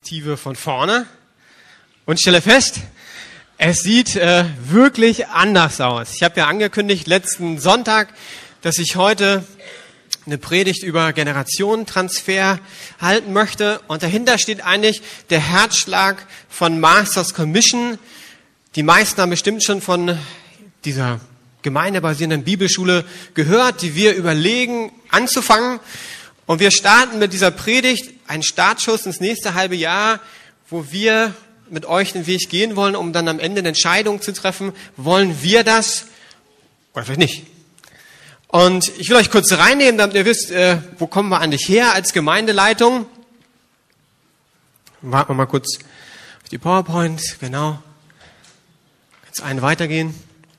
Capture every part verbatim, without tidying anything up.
Perspektive von vorne und stelle fest, es sieht äh, wirklich anders aus. Ich habe ja angekündigt letzten Sonntag, dass ich heute eine Predigt über Generationentransfer halten möchte. Und dahinter steht eigentlich der Herzschlag von Masters Commission. Die meisten haben bestimmt schon von dieser gemeindebasierenden Bibelschule gehört, die wir überlegen anzufangen. Und wir starten mit dieser Predigt einen Startschuss ins nächste halbe Jahr, wo wir mit euch den Weg gehen wollen, um dann am Ende eine Entscheidung zu treffen. Wollen wir das oder vielleicht nicht? Und ich will euch kurz reinnehmen, damit ihr wisst, äh, wo kommen wir eigentlich her als Gemeindeleitung. Warten wir mal kurz auf die PowerPoint, genau. Jetzt einen weitergehen.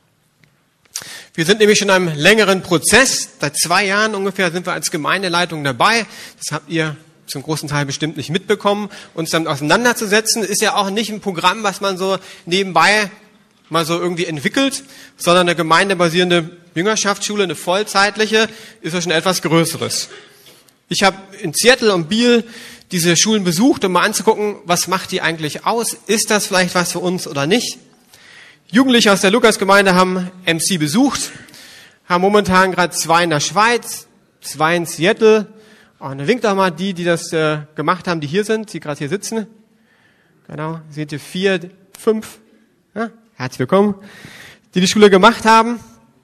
Wir sind nämlich schon in einem längeren Prozess. Seit zwei Jahren ungefähr sind wir als Gemeindeleitung dabei. Das habt ihr zum großen Teil bestimmt nicht mitbekommen. Uns damit auseinanderzusetzen, ist ja auch nicht ein Programm, was man so nebenbei mal so irgendwie entwickelt, sondern eine gemeindebasierende Jüngerschaftsschule, eine vollzeitliche, ist ja schon etwas Größeres. Ich habe in Seattle und Biel diese Schulen besucht, um mal anzugucken, was macht die eigentlich aus? Ist das vielleicht was für uns oder nicht? Jugendliche aus der Lukasgemeinde haben M C besucht, haben momentan gerade zwei in der Schweiz, zwei in Seattle. Und dann winkt doch mal die, die das äh, gemacht haben, die hier sind, die gerade hier sitzen. Genau, seht ihr vier, fünf. Ja, herzlich willkommen. Die die Schule gemacht haben.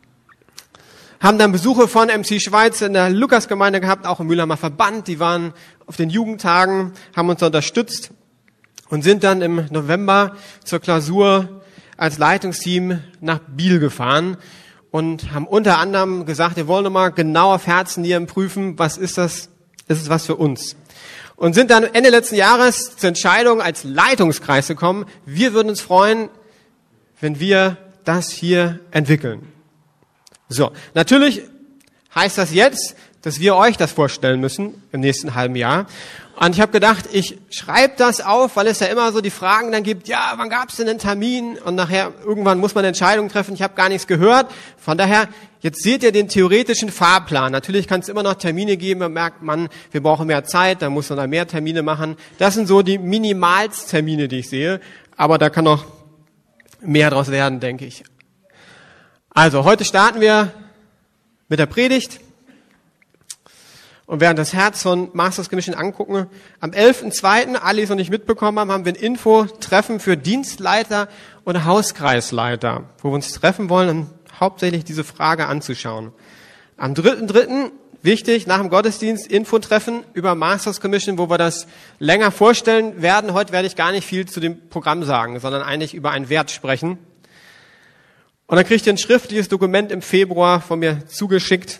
Haben dann Besuche von M C Schweiz in der Lukasgemeinde gehabt, auch im Mühlheimer Verband. Die waren auf den Jugendtagen, haben uns unterstützt und sind dann im November zur Klausur als Leitungsteam nach Biel gefahren und haben unter anderem gesagt, wir wollen nochmal genau auf Herzennieren prüfen, was ist das, ist es was für uns. Und sind dann Ende letzten Jahres zur Entscheidung als Leitungskreis gekommen, wir würden uns freuen, wenn wir das hier entwickeln. So, natürlich heißt das jetzt, dass wir euch das vorstellen müssen im nächsten halben Jahr. Und ich habe gedacht, ich schreibe das auf, weil es ja immer so die Fragen dann gibt, ja, wann gab es denn einen Termin? Und nachher, irgendwann muss man eine Entscheidung treffen, ich habe gar nichts gehört. Von daher, jetzt seht ihr den theoretischen Fahrplan. Natürlich kann es immer noch Termine geben, da merkt man, wir brauchen mehr Zeit, da muss man da mehr Termine machen. Das sind so die Minimalstermine, die ich sehe. Aber da kann noch mehr draus werden, denke ich. Also, heute starten wir mit der Predigt. Und während das Herz von Masters Commission angucken, am elften zweiten, alle, die es noch nicht mitbekommen haben, haben wir ein Info-Treffen für Dienstleiter und Hauskreisleiter, wo wir uns treffen wollen, um hauptsächlich diese Frage anzuschauen. Am dritten dritten, wichtig, nach dem Gottesdienst, Info-Treffen über Masters Commission, wo wir das länger vorstellen werden. Heute werde ich gar nicht viel zu dem Programm sagen, sondern eigentlich über einen Wert sprechen. Und dann kriegt ihr ein schriftliches Dokument im Februar von mir zugeschickt,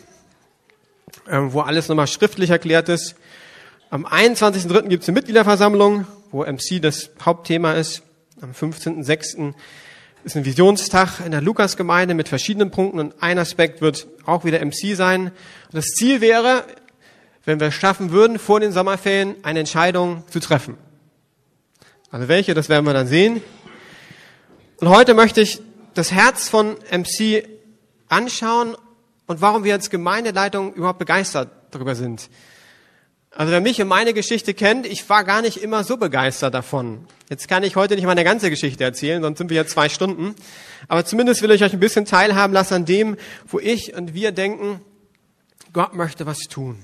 wo alles nochmal schriftlich erklärt ist. Am einundzwanzigsten dritten gibt es eine Mitgliederversammlung, wo M C das Hauptthema ist. Am fünfzehnten sechsten ist ein Visionstag in der Lukasgemeinde mit verschiedenen Punkten und ein Aspekt wird auch wieder M C sein. Und das Ziel wäre, wenn wir es schaffen würden, vor den Sommerferien eine Entscheidung zu treffen. Also welche, das werden wir dann sehen. Und heute möchte ich das Herz von M C anschauen und warum wir als Gemeindeleitung überhaupt begeistert darüber sind. Also wer mich und meine Geschichte kennt, ich war gar nicht immer so begeistert davon. Jetzt kann ich heute nicht meine ganze Geschichte erzählen, sonst sind wir ja zwei Stunden. Aber zumindest will ich euch ein bisschen teilhaben lassen an dem, wo ich und wir denken, Gott möchte was tun.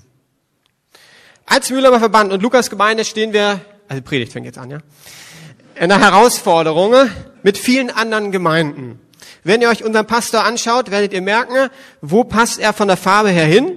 Als Mühlheimer Verband und Lukasgemeinde stehen wir, also die Predigt fängt jetzt an, ja, in einer Herausforderung mit vielen anderen Gemeinden. Wenn ihr euch unseren Pastor anschaut, werdet ihr merken, wo passt er von der Farbe her hin?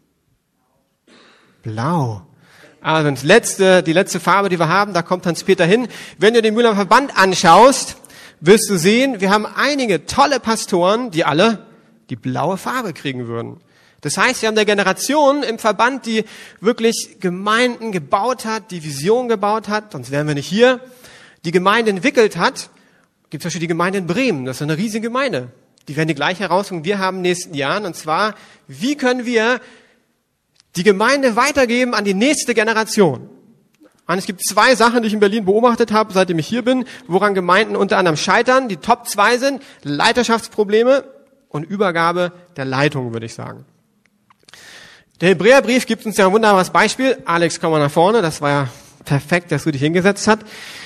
Blau. Also das letzte, die letzte Farbe, die wir haben, da kommt Hans-Peter hin. Wenn du den Mühlheimer Verband anschaust, wirst du sehen, wir haben einige tolle Pastoren, die alle die blaue Farbe kriegen würden. Das heißt, wir haben eine Generation im Verband, die wirklich Gemeinden gebaut hat, die Vision gebaut hat, sonst wären wir nicht hier, die Gemeinde entwickelt hat. Gibt zum Beispiel die Gemeinde in Bremen, das ist eine riesige Gemeinde. Die werden die gleiche Herausforderung wir haben in den nächsten Jahren. Und zwar, wie können wir die Gemeinde weitergeben an die nächste Generation? Und es gibt zwei Sachen, die ich in Berlin beobachtet habe, seitdem ich hier bin, woran Gemeinden unter anderem scheitern. Die Top zwei sind Leiterschaftsprobleme und Übergabe der Leitung, würde ich sagen. Der Hebräerbrief gibt uns ja ein wunderbares Beispiel. Alex, komm mal nach vorne, das war ja perfekt, dass du dich hingesetzt hast.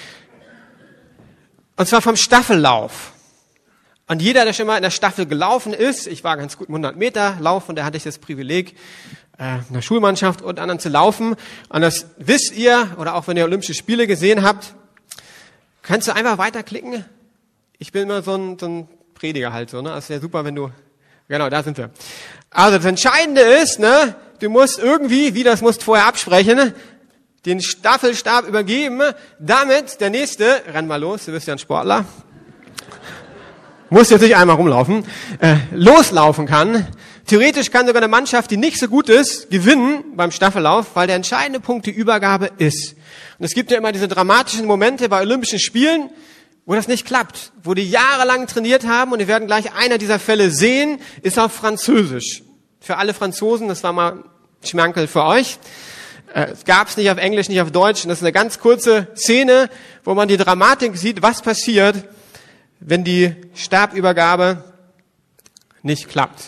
Und zwar vom Staffellauf. Und jeder, der schon mal in der Staffel gelaufen ist, ich war ganz gut im hundert Meter Lauf und da hatte ich das Privileg, in der Schulmannschaft und anderen zu laufen. Und das wisst ihr, oder auch wenn ihr Olympische Spiele gesehen habt, kannst du einfach weiterklicken. Ich bin immer so ein, so ein Prediger halt so, ne? Das wäre super, wenn du, genau, da sind wir. Also das Entscheidende ist, ne, du musst irgendwie, wie das musst du vorher absprechen, den Staffelstab übergeben, damit der Nächste, renn mal los, du bist ja ein Sportler, muss jetzt nicht einmal rumlaufen, äh, loslaufen kann. Theoretisch kann sogar eine Mannschaft, die nicht so gut ist, gewinnen beim Staffellauf, weil der entscheidende Punkt die Übergabe ist. Und es gibt ja immer diese dramatischen Momente bei Olympischen Spielen, wo das nicht klappt, wo die jahrelang trainiert haben und wir werden gleich einer dieser Fälle sehen, ist auf Französisch. Für alle Franzosen, das war mal Schmankerl für euch. Es gab es nicht auf Englisch, nicht auf Deutsch. Und das ist eine ganz kurze Szene, wo man die Dramatik sieht, was passiert, wenn die Stabübergabe nicht klappt.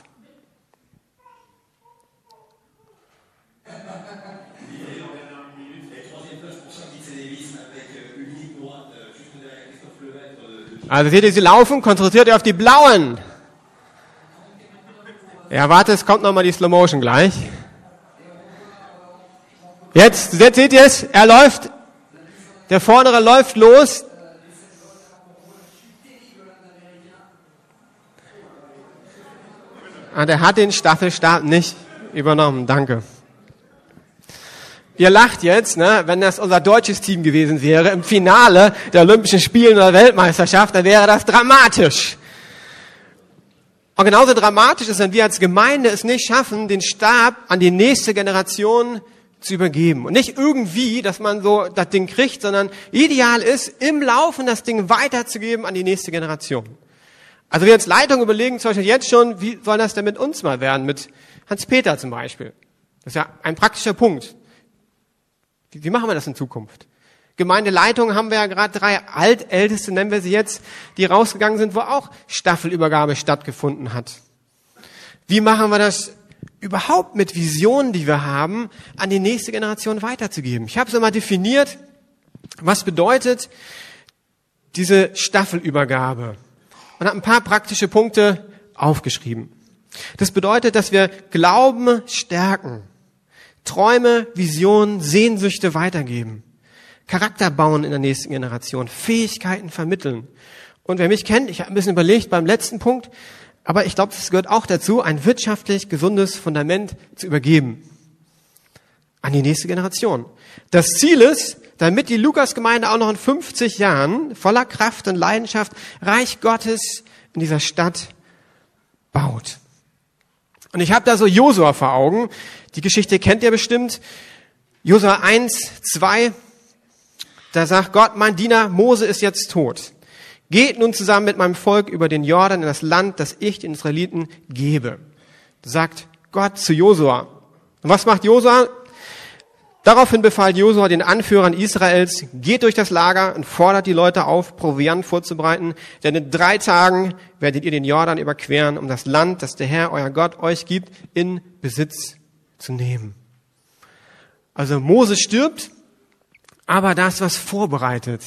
Also seht ihr, sie laufen, konzentriert ihr auf die Blauen. Ja, warte, es kommt nochmal die Slow Motion gleich. Jetzt, jetzt seht ihr es, er läuft, der Vordere läuft los. Und er hat den Staffelstab nicht übernommen, danke. Ihr lacht jetzt, ne? Wenn das unser deutsches Team gewesen wäre im Finale der Olympischen Spiele oder Weltmeisterschaft, dann wäre das dramatisch. Und genauso dramatisch ist, wenn wir als Gemeinde es nicht schaffen, den Stab an die nächste Generation zu übergeben. Und nicht irgendwie, dass man so das Ding kriegt, sondern ideal ist, im Laufen das Ding weiterzugeben an die nächste Generation. Also wir als Leitung überlegen zum Beispiel jetzt schon, wie soll das denn mit uns mal werden, mit Hans-Peter zum Beispiel. Das ist ja ein praktischer Punkt. Wie machen wir das in Zukunft? Gemeindeleitung haben wir ja gerade drei Altälteste, nennen wir sie jetzt, die rausgegangen sind, wo auch Staffelübergabe stattgefunden hat. Wie machen wir das überhaupt mit Visionen, die wir haben, an die nächste Generation weiterzugeben? Ich habe es einmal definiert, was bedeutet diese Staffelübergabe und habe ein paar praktische Punkte aufgeschrieben. Das bedeutet, dass wir Glauben stärken, Träume, Visionen, Sehnsüchte weitergeben, Charakter bauen in der nächsten Generation, Fähigkeiten vermitteln. Und wer mich kennt, ich habe ein bisschen überlegt beim letzten Punkt, aber ich glaube, es gehört auch dazu, ein wirtschaftlich gesundes Fundament zu übergeben an die nächste Generation. Das Ziel ist, damit die Lukas-Gemeinde auch noch in fünfzig Jahren voller Kraft und Leidenschaft Reich Gottes in dieser Stadt baut. Und ich habe da so Josua vor Augen. Die Geschichte kennt ihr bestimmt. Josua eins, zwei, da sagt Gott, mein Diener Mose ist jetzt tot. Geht nun zusammen mit meinem Volk über den Jordan in das Land, das ich den Israeliten gebe. Sagt Gott zu Josua. Und was macht Josua? Daraufhin befahl Josua den Anführern Israels, geht durch das Lager und fordert die Leute auf, Proviant vorzubereiten, denn in drei Tagen werdet ihr den Jordan überqueren, um das Land, das der Herr, euer Gott, euch gibt, in Besitz zu nehmen. Also Mose stirbt, aber da ist was vorbereitet.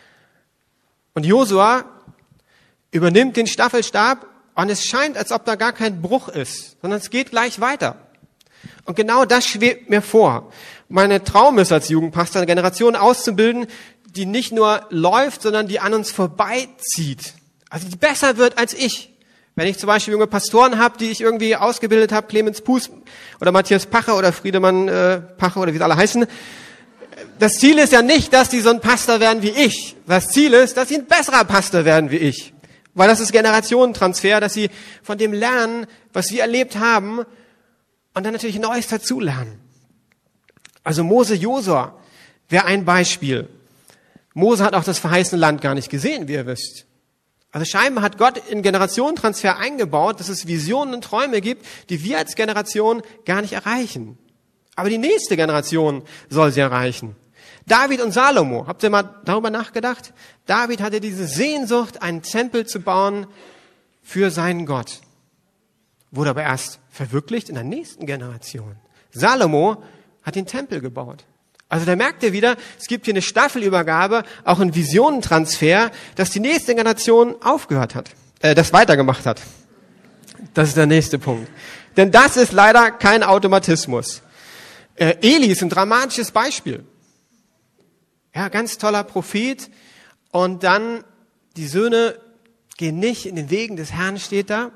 Und Josua übernimmt den Staffelstab und es scheint, als ob da gar kein Bruch ist, sondern es geht gleich weiter. Und genau das schwebt mir vor. Mein Traum ist als Jugendpastor, eine Generation auszubilden, die nicht nur läuft, sondern die an uns vorbeizieht. Also die besser wird als ich. Wenn ich zum Beispiel junge Pastoren habe, die ich irgendwie ausgebildet habe, Clemens Puß oder Matthias Pacher oder Friedemann äh, Pacher oder wie sie alle heißen. Das Ziel ist ja nicht, dass die so ein Pastor werden wie ich. Das Ziel ist, dass sie ein besserer Pastor werden wie ich. Weil das ist Generationentransfer, dass sie von dem lernen, was wir erlebt haben und dann natürlich Neues dazulernen. Also Mose, Josua wäre ein Beispiel. Mose hat auch das verheißene Land gar nicht gesehen, wie ihr wisst. Also scheinbar hat Gott in Generationentransfer eingebaut, dass es Visionen und Träume gibt, die wir als Generation gar nicht erreichen. Aber die nächste Generation soll sie erreichen. David und Salomo, habt ihr mal darüber nachgedacht? David hatte diese Sehnsucht, einen Tempel zu bauen für seinen Gott. Wurde aber erst verwirklicht in der nächsten Generation. Salomo hat den Tempel gebaut. Also da merkt ihr wieder, es gibt hier eine Staffelübergabe, auch ein Visionentransfer, dass die nächste Generation aufgehört hat, äh, das weitergemacht hat. Das ist der nächste Punkt. Denn das ist leider kein Automatismus. Äh, Eli ist ein dramatisches Beispiel. Ja, ganz toller Prophet. Und dann die Söhne gehen nicht in den Wegen des Herrn, steht da.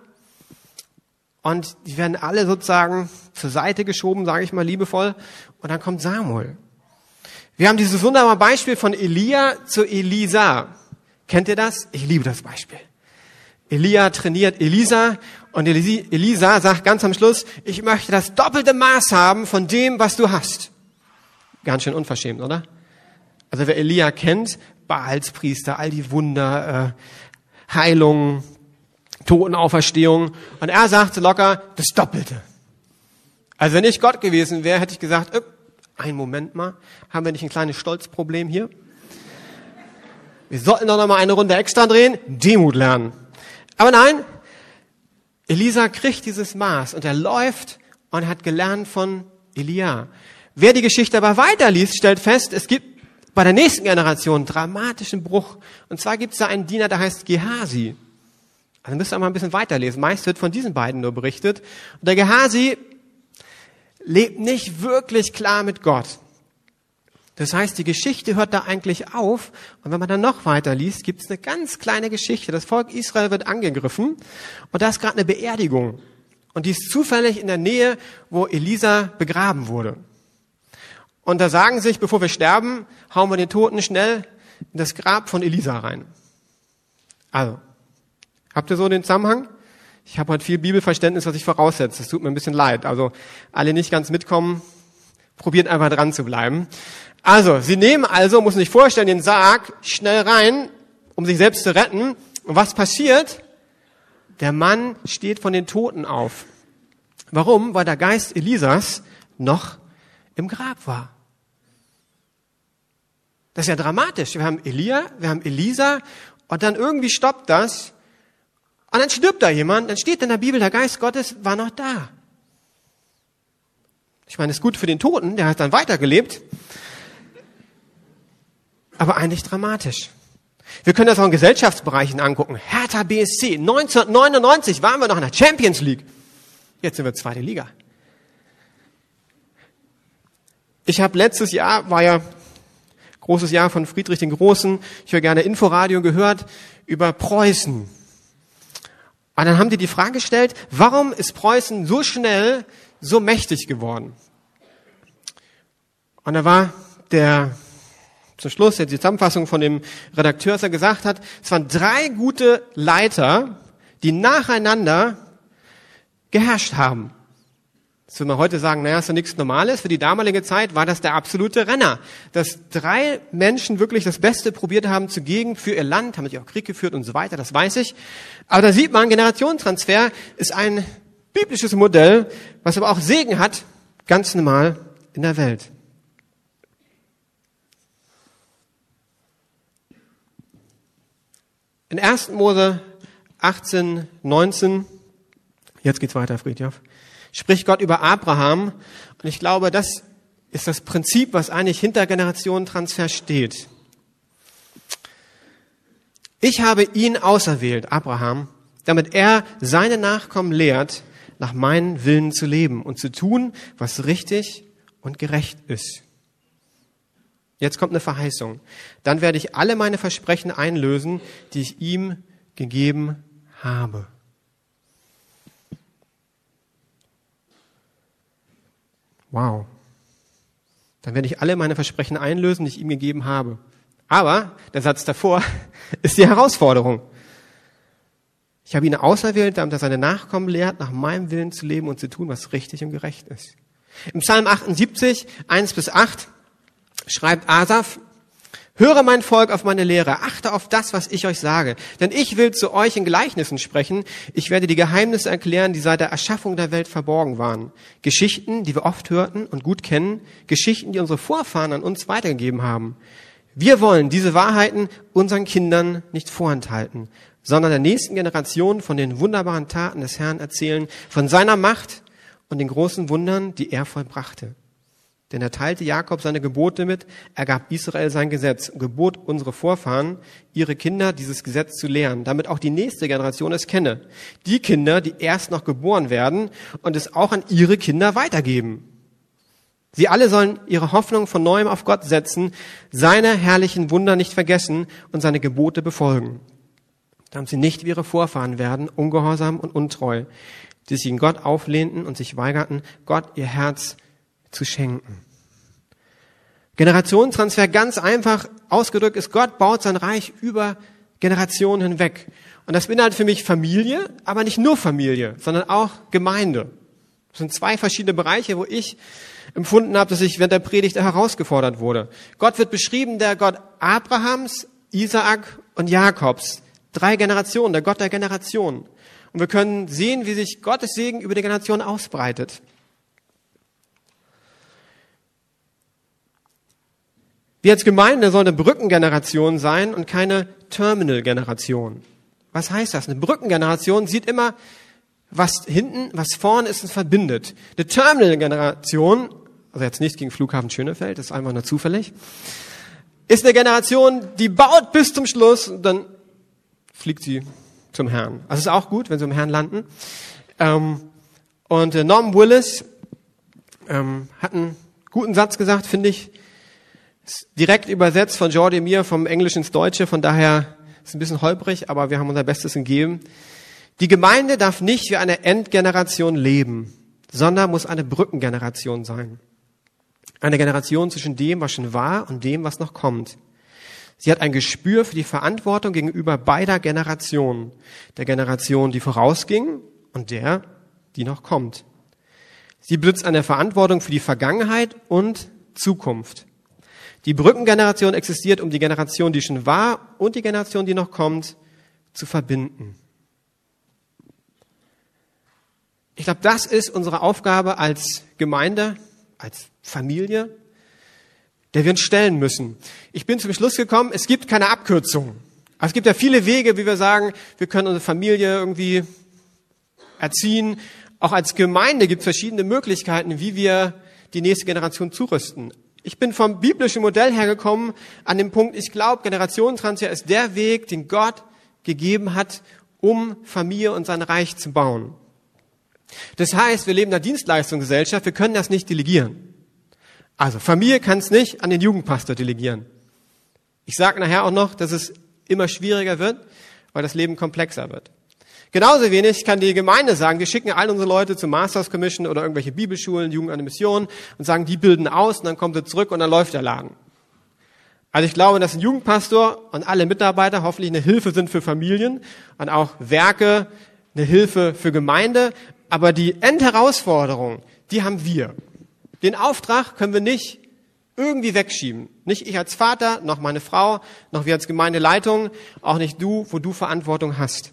Und die werden alle sozusagen zur Seite geschoben, sage ich mal liebevoll. Und dann kommt Samuel. Wir haben dieses wunderbare Beispiel von Elia zu Elisa. Kennt ihr das? Ich liebe das Beispiel. Elia trainiert Elisa und Elisa sagt ganz am Schluss, ich möchte das doppelte Maß haben von dem, was du hast. Ganz schön unverschämt, oder? Also wer Elia kennt, Baalspriester, all die Wunder, äh, Heilungen, Totenauferstehung. Und er sagt so locker, das Doppelte. Also wenn ich Gott gewesen wäre, hätte ich gesagt, öpp, einen Moment mal, haben wir nicht ein kleines Stolzproblem hier? Wir sollten doch noch mal eine Runde extra drehen, Demut lernen. Aber nein, Elisa kriegt dieses Maß und er läuft und hat gelernt von Elia. Wer die Geschichte aber weiterliest, stellt fest, es gibt bei der nächsten Generation einen dramatischen Bruch. Und zwar gibt es da einen Diener, der heißt Gehasi. Also müsst ihr mal ein bisschen weiterlesen. Meist wird von diesen beiden nur berichtet. Und der Gehasi lebt nicht wirklich klar mit Gott. Das heißt, die Geschichte hört da eigentlich auf. Und wenn man dann noch weiter liest, gibt es eine ganz kleine Geschichte. Das Volk Israel wird angegriffen. Und da ist gerade eine Beerdigung. Und die ist zufällig in der Nähe, wo Elisa begraben wurde. Und da sagen sich, bevor wir sterben, hauen wir den Toten schnell in das Grab von Elisa rein. Also, habt ihr so den Zusammenhang? Ich habe heute viel Bibelverständnis, was ich voraussetze. Es tut mir ein bisschen leid. Also alle nicht ganz mitkommen, probiert einfach dran zu bleiben. Also, sie nehmen also, muss man sich vorstellen, den Sarg schnell rein, um sich selbst zu retten. Und was passiert? Der Mann steht von den Toten auf. Warum? Weil der Geist Elisas noch im Grab war. Das ist ja dramatisch. Wir haben Elia, wir haben Elisa und dann irgendwie stoppt das. Und dann stirbt da jemand, dann steht in der Bibel, der Geist Gottes war noch da. Ich meine, das ist gut für den Toten, der hat dann weitergelebt. Aber eigentlich dramatisch. Wir können das auch in Gesellschaftsbereichen angucken. Hertha B S C, neunzehnhundertneunundneunzig waren wir noch in der Champions League. Jetzt sind wir zweite Liga. Ich habe letztes Jahr, war ja großes Jahr von Friedrich den Großen, ich höre gerne Inforadio gehört, über Preußen. Und dann haben die die Frage gestellt, warum ist Preußen so schnell so mächtig geworden? Und da war der, zum Schluss, die Zusammenfassung von dem Redakteur, der gesagt hat, es waren drei gute Leiter, die nacheinander geherrscht haben. Das würde man heute sagen, naja, ist ja nichts Normales. Für die damalige Zeit war das der absolute Renner. Dass drei Menschen wirklich das Beste probiert haben zu geben für ihr Land, haben sie auch Krieg geführt und so weiter, das weiß ich. Aber da sieht man, Generationentransfer ist ein biblisches Modell, was aber auch Segen hat, ganz normal in der Welt. In ersten Mose achtzehn, neunzehn, jetzt geht's weiter, Friedhof, spricht Gott über Abraham. Und ich glaube, das ist das Prinzip, was eigentlich hinter Generationentransfer steht. Ich habe ihn auserwählt, Abraham, damit er seine Nachkommen lehrt, nach meinen Willen zu leben und zu tun, was richtig und gerecht ist. Jetzt kommt eine Verheißung. Dann werde ich alle meine Versprechen einlösen, die ich ihm gegeben habe. Wow. Dann werde ich alle meine Versprechen einlösen, die ich ihm gegeben habe. Aber der Satz davor ist die Herausforderung. Ich habe ihn auserwählt, damit er seine Nachkommen lehrt, nach meinem Willen zu leben und zu tun, was richtig und gerecht ist. Im Psalm achtundsiebzig, eins bis acht, schreibt Asaf, höre mein Volk auf meine Lehre, achte auf das, was ich euch sage. Denn ich will zu euch in Gleichnissen sprechen. Ich werde die Geheimnisse erklären, die seit der Erschaffung der Welt verborgen waren. Geschichten, die wir oft hörten und gut kennen. Geschichten, die unsere Vorfahren an uns weitergegeben haben. Wir wollen diese Wahrheiten unseren Kindern nicht vorenthalten, sondern der nächsten Generation von den wunderbaren Taten des Herrn erzählen, von seiner Macht und den großen Wundern, die er vollbrachte. Denn er teilte Jakob seine Gebote mit, er gab Israel sein Gesetz, gebot unsere Vorfahren, ihre Kinder dieses Gesetz zu lehren, damit auch die nächste Generation es kenne. Die Kinder, die erst noch geboren werden und es auch an ihre Kinder weitergeben. Sie alle sollen ihre Hoffnung von neuem auf Gott setzen, seine herrlichen Wunder nicht vergessen und seine Gebote befolgen. Damit sie nicht wie ihre Vorfahren werden, ungehorsam und untreu, die sich gegen Gott auflehnten und sich weigerten, Gott ihr Herz zu schenken. Generationentransfer, ganz einfach ausgedrückt, ist, Gott baut sein Reich über Generationen hinweg. Und das beinhaltet für mich Familie, aber nicht nur Familie, sondern auch Gemeinde. Das sind zwei verschiedene Bereiche, wo ich empfunden habe, dass ich während der Predigt herausgefordert wurde. Gott wird beschrieben, der Gott Abrahams, Isaak und Jakobs. Drei Generationen, der Gott der Generationen. Und wir können sehen, wie sich Gottes Segen über die Generationen ausbreitet. Wir als Gemeinde sollen eine Brückengeneration sein und keine Terminal-Generation. Was heißt das? Eine Brückengeneration sieht immer, was hinten, was vorne ist und verbindet. Eine Terminal-Generation, also jetzt nicht gegen Flughafen Schönefeld, das ist einfach nur zufällig, ist eine Generation, die baut bis zum Schluss und dann fliegt sie zum Herrn. Also ist auch gut, wenn sie im Herrn landen. Ähm, und äh, Norman Willis ähm, hat einen guten Satz gesagt, finde ich, ist direkt übersetzt von Jordi Mir vom Englischen ins Deutsche, von daher ist es ein bisschen holprig, aber wir haben unser Bestes gegeben. Die Gemeinde darf nicht wie eine Endgeneration leben, sondern muss eine Brückengeneration sein. Eine Generation zwischen dem, was schon war und dem, was noch kommt. Sie hat ein Gespür für die Verantwortung gegenüber beider Generationen. Der Generation, die vorausging und der, die noch kommt. Sie besitzt eine Verantwortung für die Vergangenheit und Zukunft. Die Brückengeneration existiert, um die Generation, die schon war und die Generation, die noch kommt, zu verbinden. Ich glaube, das ist unsere Aufgabe als Gemeinde, als Familie, der wir uns stellen müssen. Ich bin zum Schluss gekommen, es gibt keine Abkürzung. Also es gibt ja viele Wege, wie wir sagen, wir können unsere Familie irgendwie erziehen. Auch als Gemeinde gibt es verschiedene Möglichkeiten, wie wir die nächste Generation zurüsten. Ich bin vom biblischen Modell hergekommen an dem Punkt, ich glaube, Generationentransfer ist der Weg, den Gott gegeben hat, um Familie und sein Reich zu bauen. Das heißt, wir leben in einer Dienstleistungsgesellschaft, wir können das nicht delegieren. Also Familie kann es nicht an den Jugendpastor delegieren. Ich sage nachher auch noch, dass es immer schwieriger wird, weil das Leben komplexer wird. Genauso wenig kann die Gemeinde sagen, wir schicken all unsere Leute zur Masters Commission oder irgendwelche Bibelschulen, Jugend an der Mission und sagen, die bilden aus und dann kommt er zurück und dann läuft der Laden. Also ich glaube, dass ein Jugendpastor und alle Mitarbeiter hoffentlich eine Hilfe sind für Familien und auch Werke eine Hilfe für Gemeinde. Aber die Endherausforderung, die haben wir. Den Auftrag können wir nicht irgendwie wegschieben. Nicht ich als Vater, noch meine Frau, noch wir als Gemeindeleitung, auch nicht du, wo du Verantwortung hast.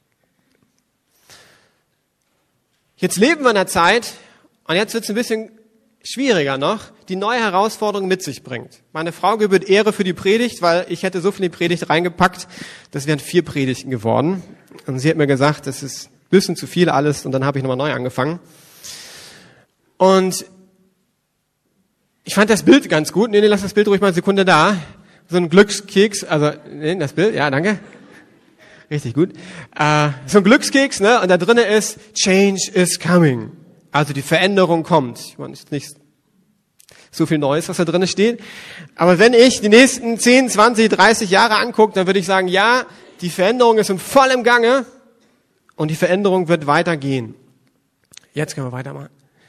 Jetzt leben wir in einer Zeit, und jetzt wird es ein bisschen schwieriger noch, die neue Herausforderung mit sich bringt. Meine Frau gebührt Ehre für die Predigt, weil ich hätte so viel in die Predigt reingepackt, das wären vier Predigten geworden. Und sie hat mir gesagt, das ist ein bisschen zu viel alles, und dann habe ich nochmal neu angefangen. Und ich fand das Bild ganz gut. Nee, nee, lass das Bild ruhig mal eine Sekunde da. So ein Glückskeks, also, nee, das Bild, ja, danke. Richtig gut. Äh, so ein Glückskeks, ne, und da drinnen ist, Change is coming. Also die Veränderung kommt. Ich meine, es ist nicht so viel Neues, was da drinnen steht. Aber wenn ich die nächsten zehn, zwanzig, dreißig Jahre angucke, dann würde ich sagen, ja, die Veränderung ist im voll im Gange und die Veränderung wird weitergehen. Jetzt können wir weitermachen.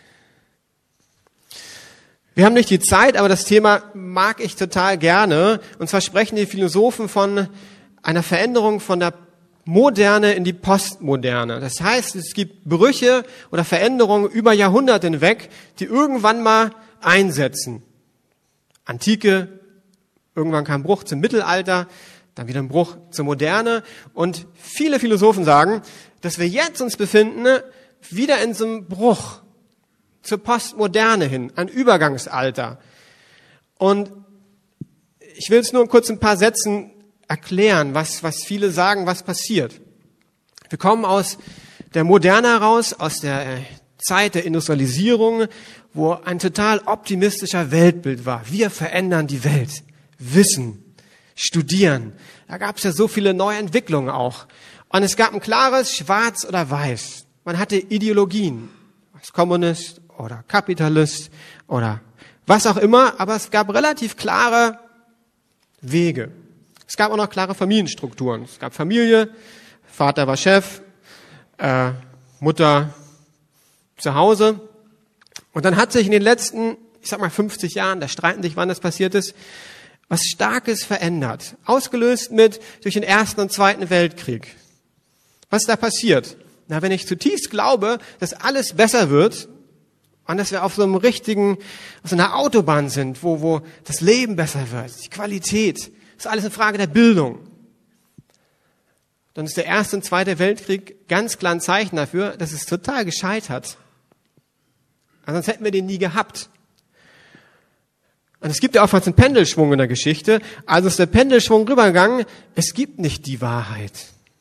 Wir haben nicht die Zeit, aber das Thema mag ich total gerne. Und zwar sprechen die Philosophen von einer Veränderung von der Moderne in die Postmoderne. Das heißt, es gibt Brüche oder Veränderungen über Jahrhunderte hinweg, die irgendwann mal einsetzen. Antike, irgendwann kam ein Bruch zum Mittelalter, dann wieder ein Bruch zur Moderne. Und viele Philosophen sagen, dass wir jetzt uns befinden, wieder in so einem Bruch zur Postmoderne hin, ein Übergangsalter. Und ich will es nur in kurz ein paar Sätzen erklären, was, was viele sagen, was passiert. Wir kommen aus der Moderne heraus, aus der Zeit der Industrialisierung, wo ein total optimistischer Weltbild war. Wir verändern die Welt. Wissen, studieren. Da gab es ja so viele neue Entwicklungen auch. Und es gab ein klares Schwarz oder Weiß. Man hatte Ideologien. Als Kommunist oder Kapitalist oder was auch immer. Aber es gab relativ klare Wege. Es gab auch noch klare Familienstrukturen. Es gab Familie, Vater war Chef, äh, Mutter zu Hause. Und dann hat sich in den letzten, ich sag mal fünfzig Jahren, da streiten sich, wann das passiert ist, was Starkes verändert. Ausgelöst mit durch den Ersten und Zweiten Weltkrieg. Was ist da passiert? Na, wenn ich zutiefst glaube, dass alles besser wird und dass wir auf so einem richtigen, auf so einer Autobahn sind, wo, wo das Leben besser wird, die Qualität, das ist alles eine Frage der Bildung. Dann ist der Erste und Zweite Weltkrieg ganz klar ein Zeichen dafür, dass es total gescheitert. Also sonst hätten wir den nie gehabt. Und es gibt ja oftmals einen Pendelschwung in der Geschichte. Also ist der Pendelschwung rübergegangen, es gibt nicht die Wahrheit.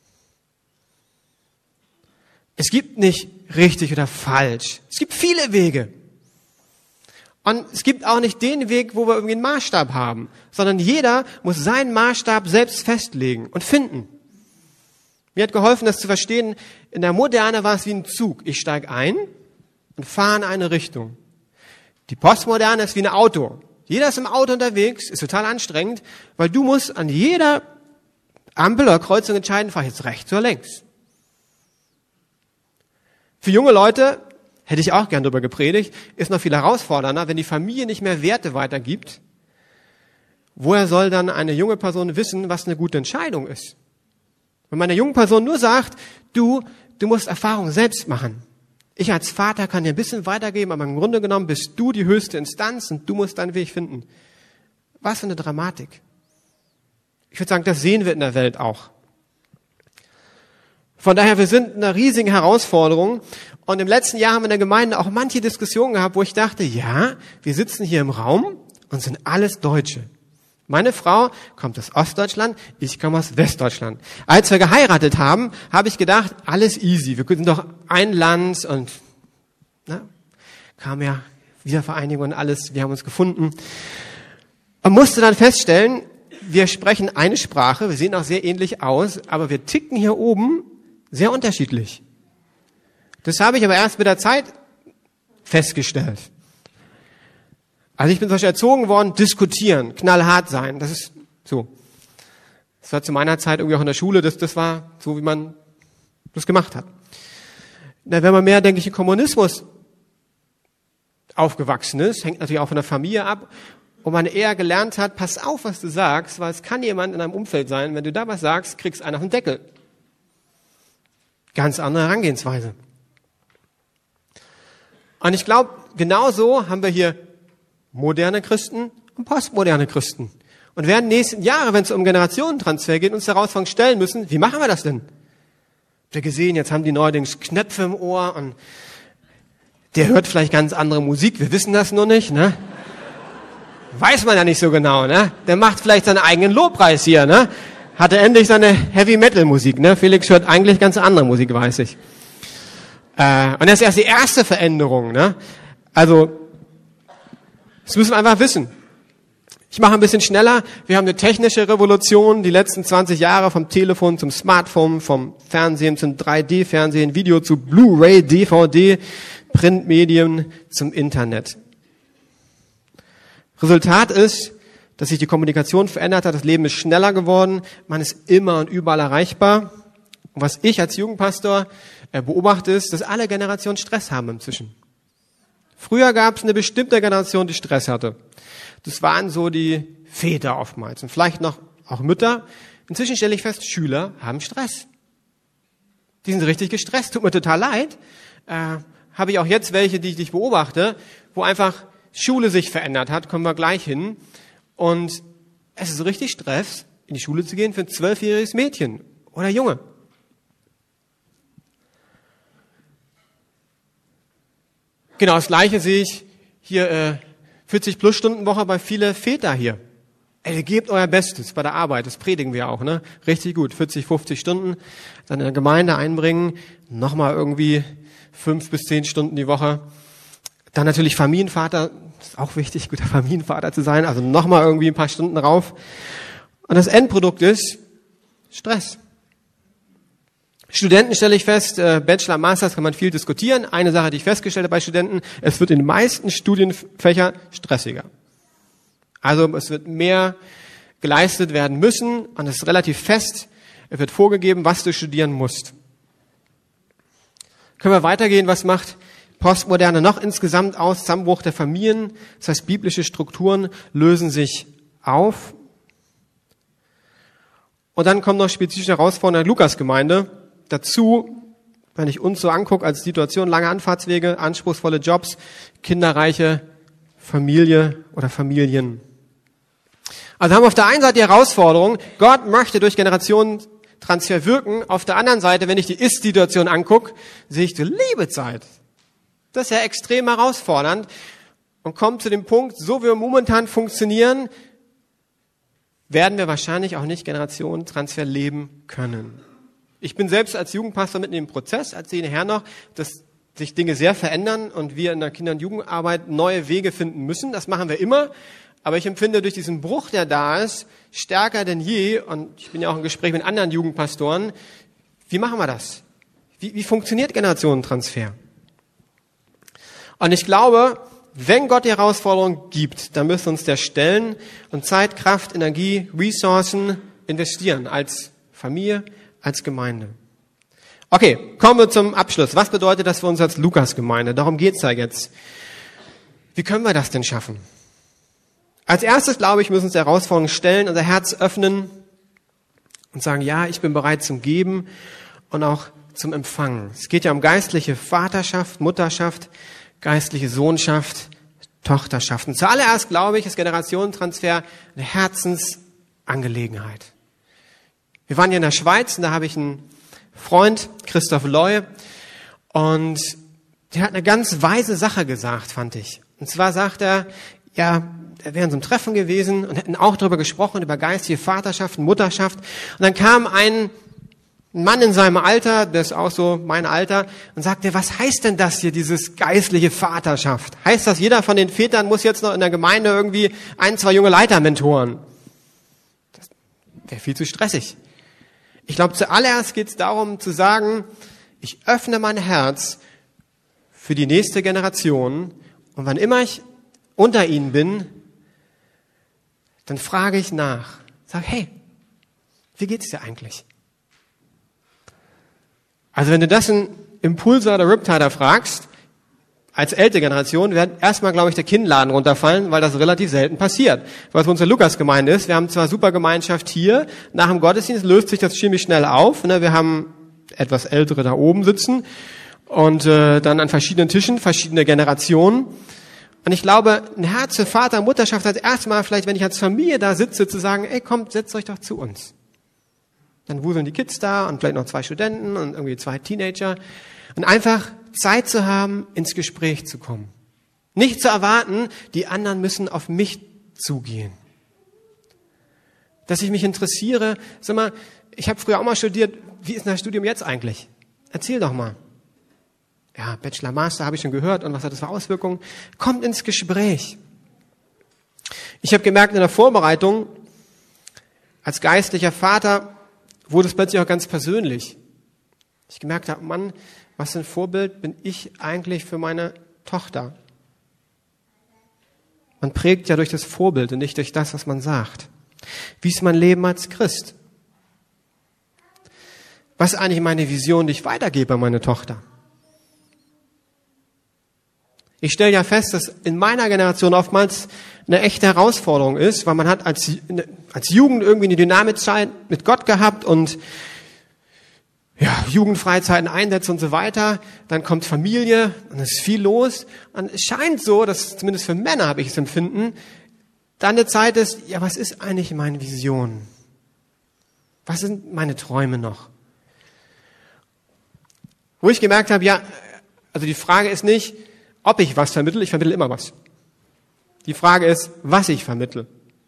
Es gibt nicht richtig oder falsch. Es gibt viele Wege. Und es gibt auch nicht den Weg, wo wir irgendwie einen Maßstab haben, sondern jeder muss seinen Maßstab selbst festlegen und finden. Mir hat geholfen, das zu verstehen. In der Moderne war es wie ein Zug. Ich steige ein und fahre in eine Richtung. Die Postmoderne ist wie ein Auto. Jeder ist im Auto unterwegs, ist total anstrengend, weil du musst an jeder Ampel oder Kreuzung entscheiden, fahre ich jetzt rechts oder links. Für junge Leute, hätte ich auch gern darüber gepredigt, ist noch viel herausfordernder, wenn die Familie nicht mehr Werte weitergibt. Woher soll dann eine junge Person wissen, was eine gute Entscheidung ist? Wenn meine junge Person nur sagt, du, du musst Erfahrung selbst machen. Ich als Vater kann dir ein bisschen weitergeben, aber im Grunde genommen bist du die höchste Instanz und du musst deinen Weg finden. Was für eine Dramatik. Ich würde sagen, das sehen wir in der Welt auch. Von daher, wir sind in einer riesigen Herausforderung. Und im letzten Jahr haben wir in der Gemeinde auch manche Diskussionen gehabt, wo ich dachte, ja, wir sitzen hier im Raum und sind alles Deutsche. Meine Frau kommt aus Ostdeutschland, ich komme aus Westdeutschland. Als wir geheiratet haben, habe ich gedacht, alles easy. Wir sind doch ein Land und na, kam ja Wiedervereinigung und alles, wir haben uns gefunden. Und musste dann feststellen, wir sprechen eine Sprache, wir sehen auch sehr ähnlich aus, aber wir ticken hier oben sehr unterschiedlich. Das habe ich aber erst mit der Zeit festgestellt. Also ich bin zum Beispiel erzogen worden, diskutieren, knallhart sein. Das ist so. Das war zu meiner Zeit irgendwie auch in der Schule, das, das war so, wie man das gemacht hat. Na, wenn man mehr, denke ich, im Kommunismus aufgewachsen ist, hängt natürlich auch von der Familie ab, und man eher gelernt hat, pass auf, was du sagst, weil es kann jemand in deinem Umfeld sein, wenn du da was sagst, kriegst du einen auf den Deckel. Ganz andere Herangehensweise. Und ich glaube, genauso haben wir hier moderne Christen und postmoderne Christen. Und werden nächsten Jahre, wenn es um Generationentransfer geht, uns der Herausforderung stellen müssen, wie machen wir das denn? Habt ihr gesehen, jetzt haben die neuerdings Knöpfe im Ohr und der hört vielleicht ganz andere Musik, wir wissen das nur nicht, ne? Weiß man ja nicht so genau, ne? Der macht vielleicht seinen eigenen Lobpreis hier, ne? Hat er endlich seine Heavy-Metal-Musik, ne? Felix hört eigentlich ganz andere Musik, weiß ich. Äh, und das ist erst die erste Veränderung, ne? Also, das müssen wir einfach wissen. Ich mache ein bisschen schneller. Wir haben eine technische Revolution, die letzten zwanzig Jahre vom Telefon zum Smartphone, vom Fernsehen zum drei D Fernsehen, Video zu Blu-ray, D V D, Printmedien zum Internet. Resultat ist, dass sich die Kommunikation verändert hat, das Leben ist schneller geworden, man ist immer und überall erreichbar. Und was ich als Jugendpastor beobachte, ist, dass alle Generationen Stress haben inzwischen. Früher gab es eine bestimmte Generation, die Stress hatte. Das waren so die Väter oftmals und vielleicht noch auch Mütter. Inzwischen stelle ich fest, Schüler haben Stress. Die sind richtig gestresst, tut mir total leid. Äh, habe ich auch jetzt welche, die ich, die ich beobachte, wo einfach Schule sich verändert hat, kommen wir gleich hin. Und es ist so richtig Stress, in die Schule zu gehen für ein zwölfjähriges Mädchen oder Junge. Genau, das Gleiche sehe ich hier, äh, vierzig plus Stunden Woche bei vielen Väter hier. Ey, gebt euer Bestes bei der Arbeit, das predigen wir auch, ne? Richtig gut, vierzig, fünfzig Stunden, dann in der Gemeinde einbringen, nochmal irgendwie fünf bis zehn Stunden die Woche. Dann natürlich Familienvater, ist auch wichtig, guter Familienvater zu sein, also nochmal irgendwie ein paar Stunden rauf. Und das Endprodukt ist Stress. Studenten stelle ich fest, äh, Bachelor, Masters kann man viel diskutieren. Eine Sache, die ich festgestellt habe bei Studenten, es wird in den meisten Studienfächern stressiger. Also es wird mehr geleistet werden müssen und es ist relativ fest, es wird vorgegeben, was du studieren musst. Können wir weitergehen, was macht Postmoderne noch insgesamt aus? Zusammenbruch der Familien, das heißt biblische Strukturen lösen sich auf. Und dann kommen noch spezifische Herausforderungen der Lukasgemeinde dazu, wenn ich uns so angucke als Situation, lange Anfahrtswege, anspruchsvolle Jobs, kinderreiche Familie oder Familien. Also haben wir auf der einen Seite die Herausforderung, Gott möchte durch Generationentransfer wirken. Auf der anderen Seite, wenn ich die Ist-Situation angucke, sehe ich die Liebezeit. Das ist ja extrem herausfordernd und kommt zu dem Punkt, so wie wir momentan funktionieren, werden wir wahrscheinlich auch nicht Generationentransfer leben können. Ich bin selbst als Jugendpastor mitten im Prozess, erzähle nachher noch, dass sich Dinge sehr verändern und wir in der Kinder- und Jugendarbeit neue Wege finden müssen. Das machen wir immer. Aber ich empfinde durch diesen Bruch, der da ist, stärker denn je, und ich bin ja auch im Gespräch mit anderen Jugendpastoren, wie machen wir das? Wie, wie funktioniert Generationentransfer? Und ich glaube, wenn Gott die Herausforderung gibt, dann müssen wir uns der stellen und Zeit, Kraft, Energie, Ressourcen investieren als Familie, als Gemeinde. Okay, kommen wir zum Abschluss. Was bedeutet das für uns als Lukas-Gemeinde? Darum geht's ja jetzt. Wie können wir das denn schaffen? Als erstes, glaube ich, müssen wir uns der Herausforderung stellen, unser Herz öffnen und sagen, ja, ich bin bereit zum Geben und auch zum Empfangen. Es geht ja um geistliche Vaterschaft, Mutterschaft, geistliche Sohnschaft, Tochterschaft. Und zuallererst, glaube ich, ist Generationentransfer eine Herzensangelegenheit. Wir waren ja in der Schweiz und da habe ich einen Freund, Christoph Loy, und der hat eine ganz weise Sache gesagt, fand ich. Und zwar sagt er, ja, er wäre in so einem Treffen gewesen und hätten auch darüber gesprochen, über geistige Vaterschaft, Mutterschaft. Und dann kam ein Mann in seinem Alter, der ist auch so mein Alter, und sagte, was heißt denn das hier, dieses geistliche Vaterschaft? Heißt das, jeder von den Vätern muss jetzt noch in der Gemeinde irgendwie ein, zwei junge Leiter mentoren? Das wäre viel zu stressig. Ich glaube, zuallererst geht es darum zu sagen, ich öffne mein Herz für die nächste Generation und wann immer ich unter ihnen bin, dann frage ich nach. Sag, hey, wie geht's dir eigentlich? Also wenn du das einen Impulser oder Riptider fragst, als ältere Generation, wird erstmal, glaube ich, der Kinnladen runterfallen, weil das relativ selten passiert. Was unsere Lukas-Gemeinde ist, wir haben zwar super Gemeinschaft hier, nach dem Gottesdienst löst sich das ziemlich schnell auf. Ne? Wir haben etwas Ältere da oben sitzen und äh, dann an verschiedenen Tischen, verschiedene Generationen. Und ich glaube, ein Herz für Vater und Mutterschaft als erstmal, vielleicht wenn ich als Familie da sitze, zu sagen, ey, kommt, setzt euch doch zu uns. Dann wuseln die Kids da und vielleicht noch zwei Studenten und irgendwie zwei Teenager. Und einfach Zeit zu haben, ins Gespräch zu kommen. Nicht zu erwarten, die anderen müssen auf mich zugehen. Dass ich mich interessiere, sag mal, ich habe früher auch mal studiert, wie ist denn das Studium jetzt eigentlich? Erzähl doch mal. Ja, Bachelor, Master habe ich schon gehört und was hat das für Auswirkungen? Kommt ins Gespräch. Ich habe gemerkt in der Vorbereitung, als geistlicher Vater wurde es plötzlich auch ganz persönlich. Ich gemerkt habe, Mann, was für ein Vorbild bin ich eigentlich für meine Tochter? Man prägt ja durch das Vorbild und nicht durch das, was man sagt. Wie ist mein Leben als Christ? Was ist eigentlich meine Vision, die ich weitergebe an meine Tochter? Ich stelle ja fest, dass in meiner Generation oftmals eine echte Herausforderung ist, weil man hat als, als Jugend irgendwie eine Dynamiczeit mit Gott gehabt und ja, Jugendfreizeiten, Einsätze und so weiter. Dann kommt Familie und es ist viel los. Und es scheint so, dass zumindest für Männer habe ich es empfinden, dann eine Zeit ist, ja, was ist eigentlich meine Vision? Was sind meine Träume noch? Wo ich gemerkt habe, ja, also die Frage ist nicht, ob ich was vermittle, ich vermittle immer was. Die Frage ist, was ich vermittle.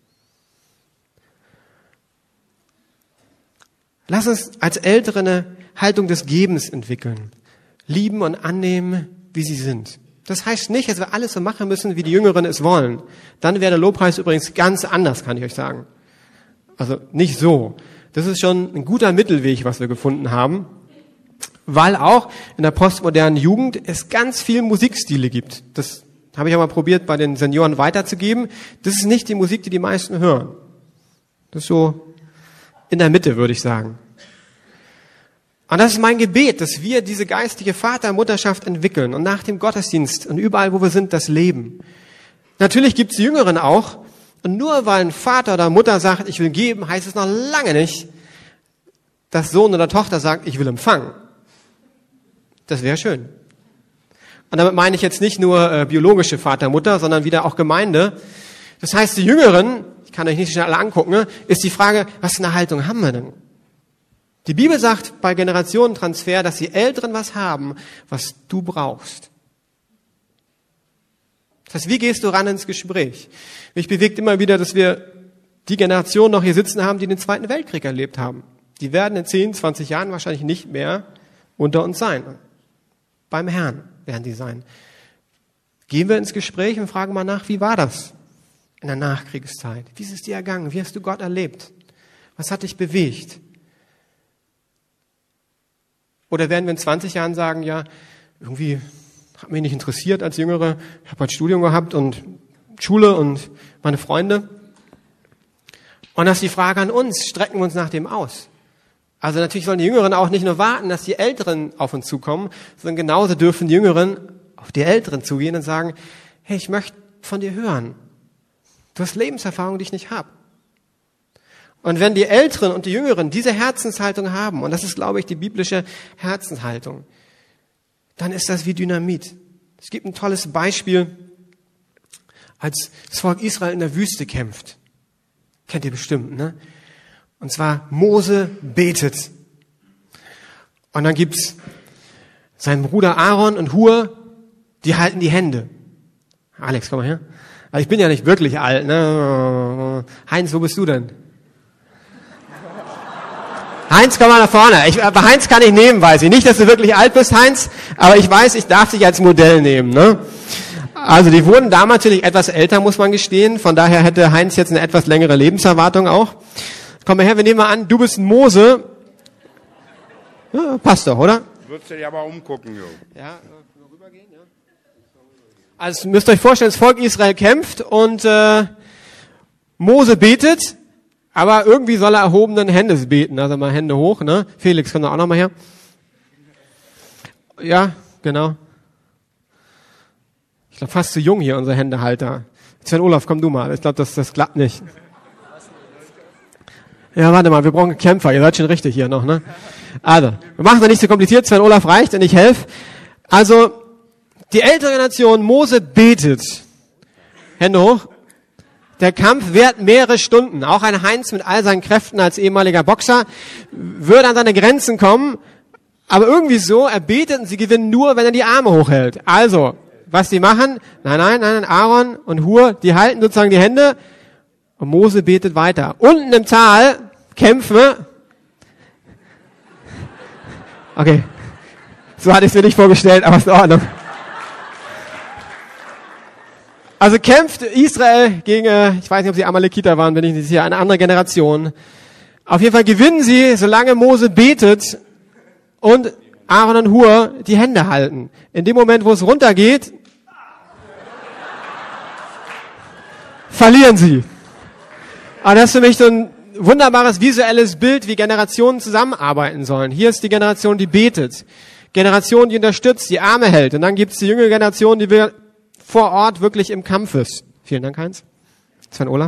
Lass uns als Ältere eine Haltung des Gebens entwickeln. Lieben und annehmen, wie sie sind. Das heißt nicht, dass wir alles so machen müssen, wie die Jüngeren es wollen. Dann wäre der Lobpreis übrigens ganz anders, kann ich euch sagen. Also nicht so. Das ist schon ein guter Mittelweg, was wir gefunden haben, weil auch in der postmodernen Jugend es ganz viele Musikstile gibt. Das habe ich auch mal probiert, bei den Senioren weiterzugeben. Das ist nicht die Musik, die die meisten hören. Das ist so in der Mitte, würde ich sagen. Und das ist mein Gebet, dass wir diese geistige Vater-Mutterschaft entwickeln und nach dem Gottesdienst und überall, wo wir sind, das leben. Natürlich gibt es die Jüngeren auch. Und nur weil ein Vater oder Mutter sagt, ich will geben, heißt es noch lange nicht, dass Sohn oder Tochter sagt, ich will empfangen. Das wäre schön. Und damit meine ich jetzt nicht nur äh, biologische Vater, Mutter, sondern wieder auch Gemeinde. Das heißt, die Jüngeren, ich kann euch nicht schnell alle angucken, ne, ist die Frage, was für eine Haltung haben wir denn? Die Bibel sagt bei Generationentransfer, dass die Älteren was haben, was du brauchst. Das heißt, wie gehst du ran ins Gespräch? Mich bewegt immer wieder, dass wir die Generation noch hier sitzen haben, die den Zweiten Weltkrieg erlebt haben. Die werden in zehn, zwanzig Jahren wahrscheinlich nicht mehr unter uns sein. Beim Herrn werden die sein. Gehen wir ins Gespräch und fragen mal nach, wie war das in der Nachkriegszeit? Wie ist es dir ergangen? Wie hast du Gott erlebt? Was hat dich bewegt? Oder werden wir in zwanzig Jahren sagen, ja, irgendwie hat mich nicht interessiert als Jüngere, ich habe halt Studium gehabt und Schule und meine Freunde. Und das ist die Frage an uns, strecken wir uns nach dem aus? Also natürlich sollen die Jüngeren auch nicht nur warten, dass die Älteren auf uns zukommen, sondern genauso dürfen die Jüngeren auf die Älteren zugehen und sagen, hey, ich möchte von dir hören. Du hast Lebenserfahrung, die ich nicht habe. Und wenn die Älteren und die Jüngeren diese Herzenshaltung haben, und das ist, glaube ich, die biblische Herzenshaltung, dann ist das wie Dynamit. Es gibt ein tolles Beispiel, als das Volk Israel in der Wüste kämpft. Kennt ihr bestimmt, ne? Und zwar Mose betet. Und dann gibt's seinen Bruder Aaron und Hur, die halten die Hände. Alex, komm mal her. Aber ich bin ja nicht wirklich alt, ne? Heinz, wo bist du denn? Heinz, komm mal nach vorne. Ich, bei Heinz kann ich nehmen, weiß ich. Nicht, dass du wirklich alt bist, Heinz, aber ich weiß, ich darf dich als Modell nehmen, ne? Also die wurden damals natürlich etwas älter, muss man gestehen. Von daher hätte Heinz jetzt eine etwas längere Lebenserwartung auch. Komm mal her, wir nehmen mal an, du bist ein Mose. Ja, passt doch, oder? Würdest du dich aber umgucken, Jo. Ja, nur rübergehen, ja. Also müsst ihr euch vorstellen, das Volk Israel kämpft und äh, Mose betet, aber irgendwie soll er erhobenen Händes beten. Also mal Hände hoch, ne? Felix, komm doch auch noch mal her. Ja, genau. Ich glaube, fast zu jung hier, unser Händehalter. Sven Olaf, komm du mal. Ich glaube, das, das klappt nicht. Ja, warte mal, wir brauchen Kämpfer. Ihr seid schon richtig hier noch, ne? Also, wir machen es nicht so kompliziert. Sven Olaf reicht und ich helfe. Also, die ältere Nation, Mose betet. Hände hoch. Der Kampf währt mehrere Stunden. Auch ein Heinz mit all seinen Kräften als ehemaliger Boxer würde an seine Grenzen kommen. Aber irgendwie so, er betet und sie gewinnen nur, wenn er die Arme hochhält. Also, was die machen? Nein, nein, nein, Aaron und Hur, die halten sozusagen die Hände und Mose betet weiter. Unten im Tal kämpfen. Okay, so hatte ich es mir nicht vorgestellt, aber ist in Ordnung. Also kämpft Israel gegen, ich weiß nicht, ob sie Amalekiter waren, bin ich nicht sicher, eine andere Generation. Auf jeden Fall gewinnen sie, solange Mose betet und Aaron und Hur die Hände halten. In dem Moment, wo es runtergeht, verlieren sie. Aber das ist für mich so ein wunderbares visuelles Bild, wie Generationen zusammenarbeiten sollen. Hier ist die Generation, die betet. Generation, die unterstützt, die Arme hält. Und dann gibt es die jüngere Generation, die wir vor Ort wirklich im Kampf ist. Vielen Dank, Heinz. Sven Olaf.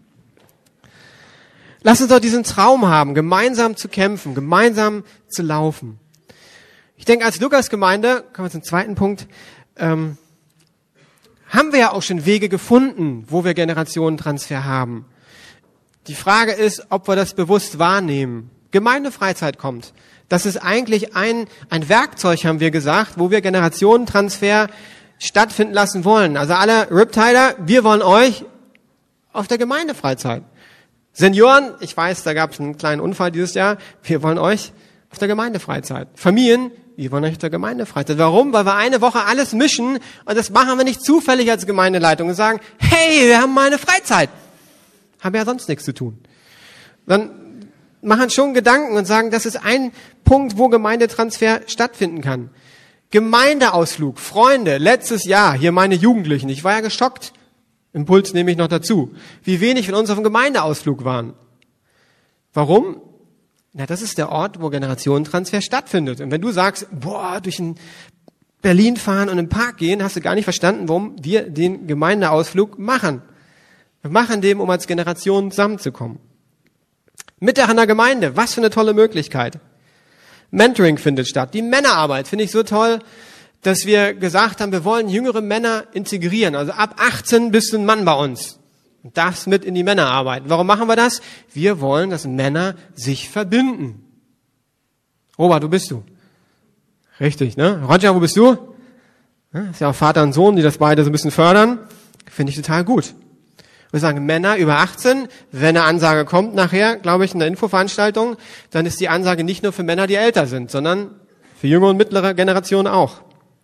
Lass uns doch diesen Traum haben, gemeinsam zu kämpfen, gemeinsam zu laufen. Ich denke, als Lukas-Gemeinde, kommen wir zum zweiten Punkt, ähm, haben wir ja auch schon Wege gefunden, wo wir Generationentransfer haben. Die Frage ist, ob wir das bewusst wahrnehmen. Gemeindefreizeit kommt. Das ist eigentlich ein, ein Werkzeug, haben wir gesagt, wo wir Generationentransfer stattfinden lassen wollen. Also alle Riptider, wir wollen euch auf der Gemeindefreizeit. Senioren, ich weiß, da gab es einen kleinen Unfall dieses Jahr, wir wollen euch auf der Gemeindefreizeit. Familien, Wir wollen euch zur Gemeindefreizeit. Warum? Weil wir eine Woche alles mischen und das machen wir nicht zufällig als Gemeindeleitung und sagen, hey, wir haben mal eine Freizeit. Haben ja sonst nichts zu tun. Dann machen schon Gedanken und sagen, das ist ein Punkt, wo Gemeindetransfer stattfinden kann. Gemeindeausflug, Freunde, letztes Jahr, hier meine Jugendlichen, ich war ja geschockt, Impuls nehme ich noch dazu, wie wenig von uns auf dem Gemeindeausflug waren. Warum? Na, das ist der Ort, wo Generationentransfer stattfindet. Und wenn du sagst, boah, durch ein Berlin fahren und im Park gehen, hast du gar nicht verstanden, warum wir den Gemeindeausflug machen. Wir machen den, um als Generation zusammenzukommen. Mittag in der Gemeinde, was für eine tolle Möglichkeit. Mentoring findet statt. Die Männerarbeit finde ich so toll, dass wir gesagt haben, wir wollen jüngere Männer integrieren. Also ab achtzehn bist du ein Mann bei uns. Und darfst mit in die Männerarbeit. Warum machen wir das? Wir wollen, dass Männer sich verbinden. Robert, wo bist du? Richtig, ne? Roger, wo bist du? Ja, ist ja auch Vater und Sohn, die das beide so ein bisschen fördern. Finde ich total gut. Wir sagen, Männer über achtzehn, wenn eine Ansage kommt nachher, glaube ich, in der Infoveranstaltung, dann ist die Ansage nicht nur für Männer, die älter sind, sondern für junge und mittlere Generationen auch.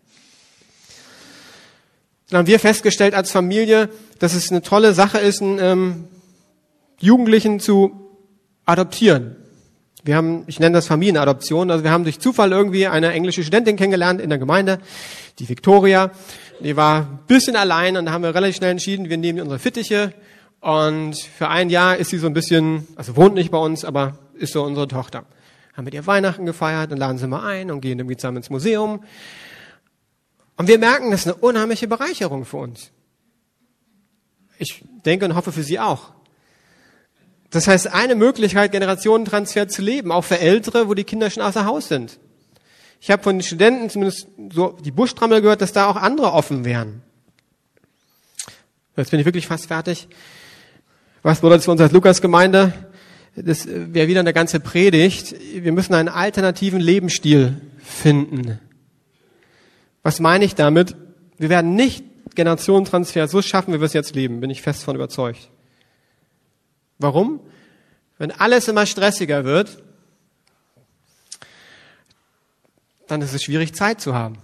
Dann haben wir festgestellt als Familie, dass es eine tolle Sache ist, einen ähm, Jugendlichen zu adoptieren. Wir haben, ich nenne das Familienadoption, also wir haben durch Zufall irgendwie eine englische Studentin kennengelernt in der Gemeinde, die Victoria. Die war ein bisschen allein und da haben wir relativ schnell entschieden, wir nehmen unsere Fittiche und für ein Jahr ist sie so ein bisschen, also wohnt nicht bei uns, aber ist so unsere Tochter. Haben mit ihr Weihnachten gefeiert und laden sie mal ein und gehen irgendwie zusammen ins Museum. Und wir merken, das ist eine unheimliche Bereicherung für uns. Ich denke und hoffe für Sie auch. Das heißt, eine Möglichkeit, Generationentransfer zu leben, auch für Ältere, wo die Kinder schon außer Haus sind. Ich habe von den Studenten zumindest so die Buschtrommel gehört, dass da auch andere offen wären. Jetzt bin ich wirklich fast fertig. Was bedeutet das für uns als Lukas-Gemeinde? Das wäre wieder eine ganze Predigt. Wir müssen einen alternativen Lebensstil finden. Was meine ich damit? Wir werden nicht Generationentransfer so schaffen, wie wir es jetzt leben, bin ich fest davon überzeugt. Warum? Wenn alles immer stressiger wird, dann ist es schwierig, Zeit zu haben.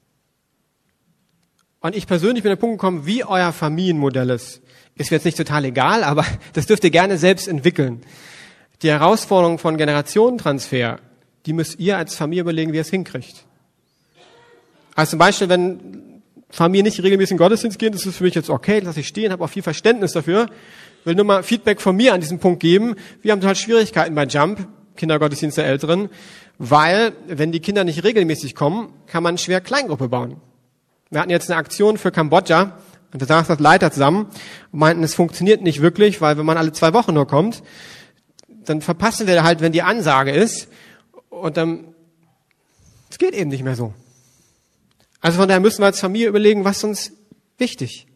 Und ich persönlich bin an den Punkt gekommen, wie euer Familienmodell ist. Ist mir jetzt nicht total egal, aber das dürft ihr gerne selbst entwickeln. Die Herausforderung von Generationentransfer, die müsst ihr als Familie überlegen, wie ihr es hinkriegt. Also zum Beispiel, wenn Familie nicht regelmäßig in den Gottesdienst gehen, das ist für mich jetzt okay, lasse ich stehen, habe auch viel Verständnis dafür. Will nur mal Feedback von mir an diesem Punkt geben. Wir haben total Schwierigkeiten bei Jump, Kindergottesdienst der Älteren, weil, wenn die Kinder nicht regelmäßig kommen, kann man schwer Kleingruppe bauen. Wir hatten jetzt eine Aktion für Kambodscha und da saß das Leiter zusammen und meinten, es funktioniert nicht wirklich, weil wenn man alle zwei Wochen nur kommt, dann verpassen wir halt, wenn die Ansage ist und dann, es geht eben nicht mehr so. Also von daher müssen wir als Familie überlegen, was ist uns wichtig.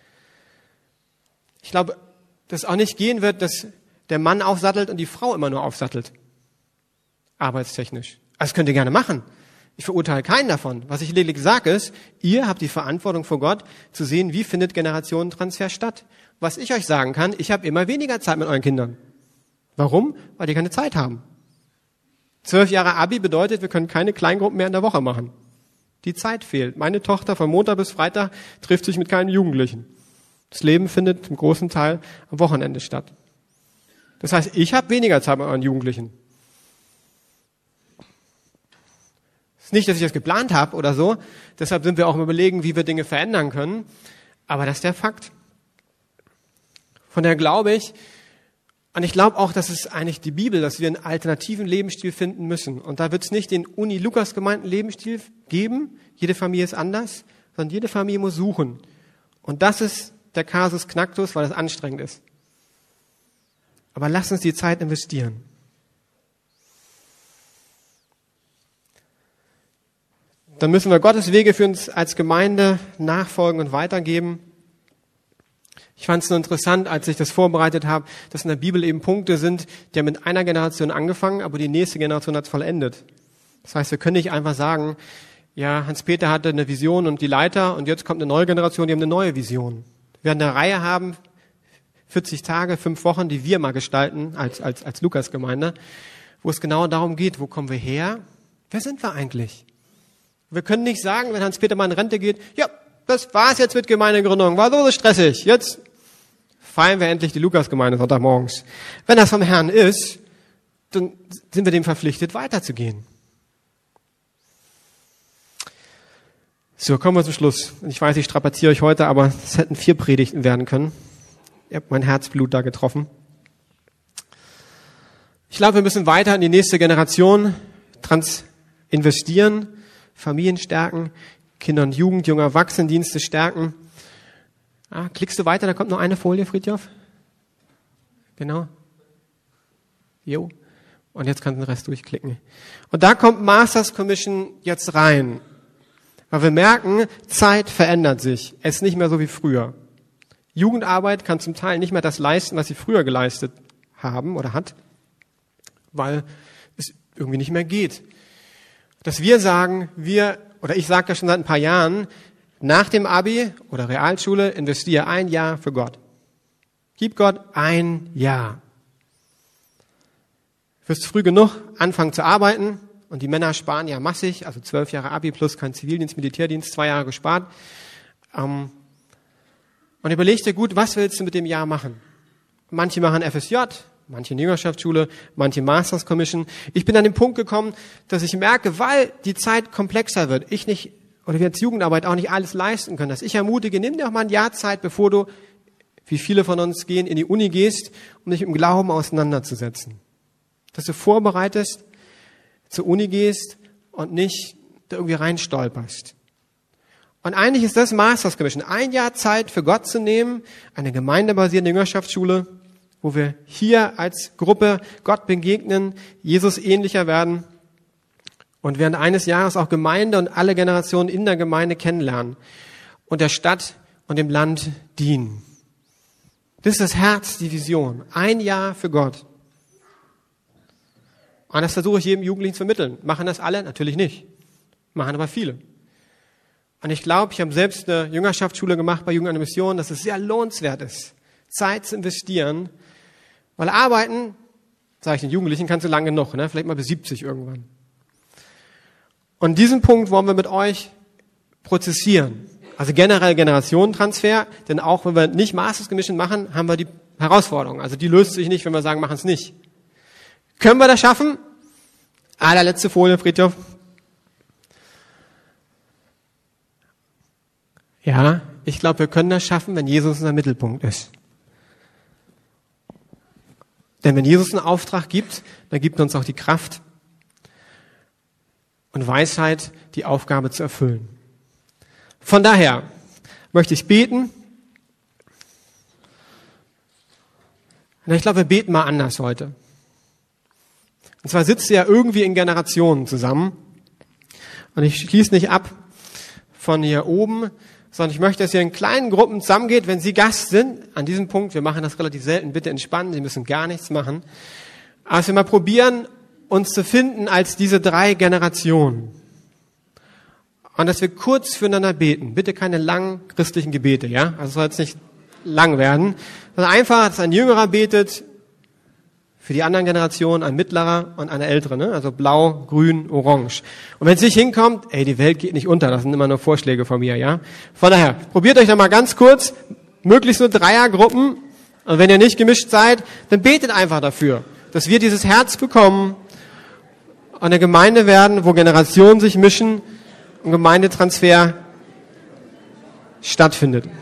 Ich glaube, dass es auch nicht gehen wird, dass der Mann aufsattelt und die Frau immer nur aufsattelt. Arbeitstechnisch. Also das könnt ihr gerne machen. Ich verurteile keinen davon. Was ich lediglich sage ist, ihr habt die Verantwortung vor Gott, zu sehen, wie findet Generationentransfer statt. Was ich euch sagen kann, ich habe immer weniger Zeit mit euren Kindern. Warum? Weil die keine Zeit haben. Zwölf Jahre Abi bedeutet, wir können keine Kleingruppen mehr in der Woche machen. Die Zeit fehlt. Meine Tochter von Montag bis Freitag trifft sich mit keinen Jugendlichen. Das Leben findet im großen Teil am Wochenende statt. Das heißt, ich habe weniger Zeit mit euren Jugendlichen. Es ist nicht, dass ich das geplant habe oder so. Deshalb sind wir auch im Überlegen, wie wir Dinge verändern können. Aber das ist der Fakt. Von daher glaube ich, und ich glaube auch, dass es eigentlich die Bibel, dass wir einen alternativen Lebensstil finden müssen. Und da wird es nicht den Uni-Lukas gemeinten Lebensstil geben. Jede Familie ist anders, sondern jede Familie muss suchen. Und das ist der Kasus Knacktus, weil das anstrengend ist. Aber lasst uns die Zeit investieren. Dann müssen wir Gottes Wege für uns als Gemeinde nachfolgen und weitergeben. Ich fand es nur interessant, als ich das vorbereitet habe, dass in der Bibel eben Punkte sind, die haben mit einer Generation angefangen, aber die nächste Generation hat es vollendet. Das heißt, wir können nicht einfach sagen, ja, Hans-Peter hatte eine Vision und die Leiter und jetzt kommt eine neue Generation, die haben eine neue Vision. Wir werden eine Reihe haben, vierzig Tage, fünf Wochen, die wir mal gestalten als, als, als Lukas-Gemeinde, wo es genau darum geht, wo kommen wir her? Wer sind wir eigentlich? Wir können nicht sagen, wenn Hans-Peter mal in Rente geht, ja, das war's jetzt mit Gemeindegründung, war so stressig, jetzt feiern wir endlich die Lukasgemeinde Sonntagmorgens. Wenn das vom Herrn ist, dann sind wir dem verpflichtet, weiterzugehen. So, kommen wir zum Schluss. Ich weiß, ich strapaziere euch heute, aber es hätten vier Predigten werden können. Ihr habt mein Herzblut da getroffen. Ich glaube, wir müssen weiter in die nächste Generation trans investieren, Familien stärken, Kinder- und Jugend-, junge Erwachsenendienste stärken. Ah, klickst du weiter, da kommt noch eine Folie, Friedhof. Genau. Jo. Und jetzt kannst du den Rest durchklicken. Und da kommt Masters Commission jetzt rein. Weil wir merken, Zeit verändert sich. Es ist nicht mehr so wie früher. Jugendarbeit kann zum Teil nicht mehr das leisten, was sie früher geleistet haben oder hat, weil es irgendwie nicht mehr geht. Dass wir sagen, wir, oder ich sage das schon seit ein paar Jahren, nach dem Abi oder Realschule investiere ein Jahr für Gott. Gib Gott ein Jahr. Du wirst früh genug anfangen zu arbeiten und die Männer sparen ja massig, also zwölf Jahre Abi plus kein Zivildienst, Militärdienst, zwei Jahre gespart. Und überleg dir gut, was willst du mit dem Jahr machen? Manche machen F S J, manche in Jüngerschaftsschule, manche Masters Commission. Ich bin an den Punkt gekommen, dass ich merke, weil die Zeit komplexer wird, ich nicht, oder wir als Jugendarbeit auch nicht alles leisten können, dass ich ermutige, nimm dir auch mal ein Jahr Zeit, bevor du, wie viele von uns gehen, in die Uni gehst, um dich im Glauben auseinanderzusetzen. Dass du vorbereitest, zur Uni gehst und nicht da irgendwie reinstolperst. Und eigentlich ist das Masters Commission, ein Jahr Zeit für Gott zu nehmen, eine gemeindebasierte Jüngerschaftsschule, wo wir hier als Gruppe Gott begegnen, Jesus ähnlicher werden und während eines Jahres auch Gemeinde und alle Generationen in der Gemeinde kennenlernen und der Stadt und dem Land dienen. Das ist das Herz, die Vision. Ein Jahr für Gott. Und das versuche ich jedem Jugendlichen zu vermitteln. Machen das alle? Natürlich nicht. Machen aber viele. Und ich glaube, ich habe selbst eine Jüngerschaftsschule gemacht bei Jugend an der Mission, dass es sehr lohnenswert ist, Zeit zu investieren, weil arbeiten, sage ich den Jugendlichen, kannst du lange genug, ne? Vielleicht mal bis siebzig irgendwann. Und diesen Punkt wollen wir mit euch prozessieren. Also generell Generationentransfer, denn auch wenn wir nicht Masters Commission machen, haben wir die Herausforderung. Also die löst sich nicht, wenn wir sagen, machen es nicht. Können wir das schaffen? Allerletzte Folie, Friedhof. Ja, ich glaube, wir können das schaffen, wenn Jesus unser Mittelpunkt ist. Denn wenn Jesus einen Auftrag gibt, dann gibt er uns auch die Kraft und Weisheit, die Aufgabe zu erfüllen. Von daher möchte ich beten. Und ich glaube, wir beten mal anders heute. Und zwar sitzt ihr ja irgendwie in Generationen zusammen. Und ich schließe nicht ab von hier oben, sondern ich möchte, dass ihr in kleinen Gruppen zusammengeht, wenn Sie Gast sind. An diesem Punkt, wir machen das relativ selten, bitte entspannen, Sie müssen gar nichts machen. Aber dass wir mal probieren, uns zu finden als diese drei Generationen. Und dass wir kurz füreinander beten. Bitte keine langen christlichen Gebete, ja? Also es soll jetzt nicht lang werden. Sondern einfach, dass ein Jüngerer betet, für die anderen Generationen ein mittlerer und eine ältere, ne? Also blau, grün, orange. Und wenn es nicht hinkommt, ey, die Welt geht nicht unter, das sind immer nur Vorschläge von mir, ja? Von daher, probiert euch da mal ganz kurz, möglichst nur Dreiergruppen. Und wenn ihr nicht gemischt seid, dann betet einfach dafür, dass wir dieses Herz bekommen und eine Gemeinde werden, wo Generationen sich mischen und Gemeindetransfer stattfindet.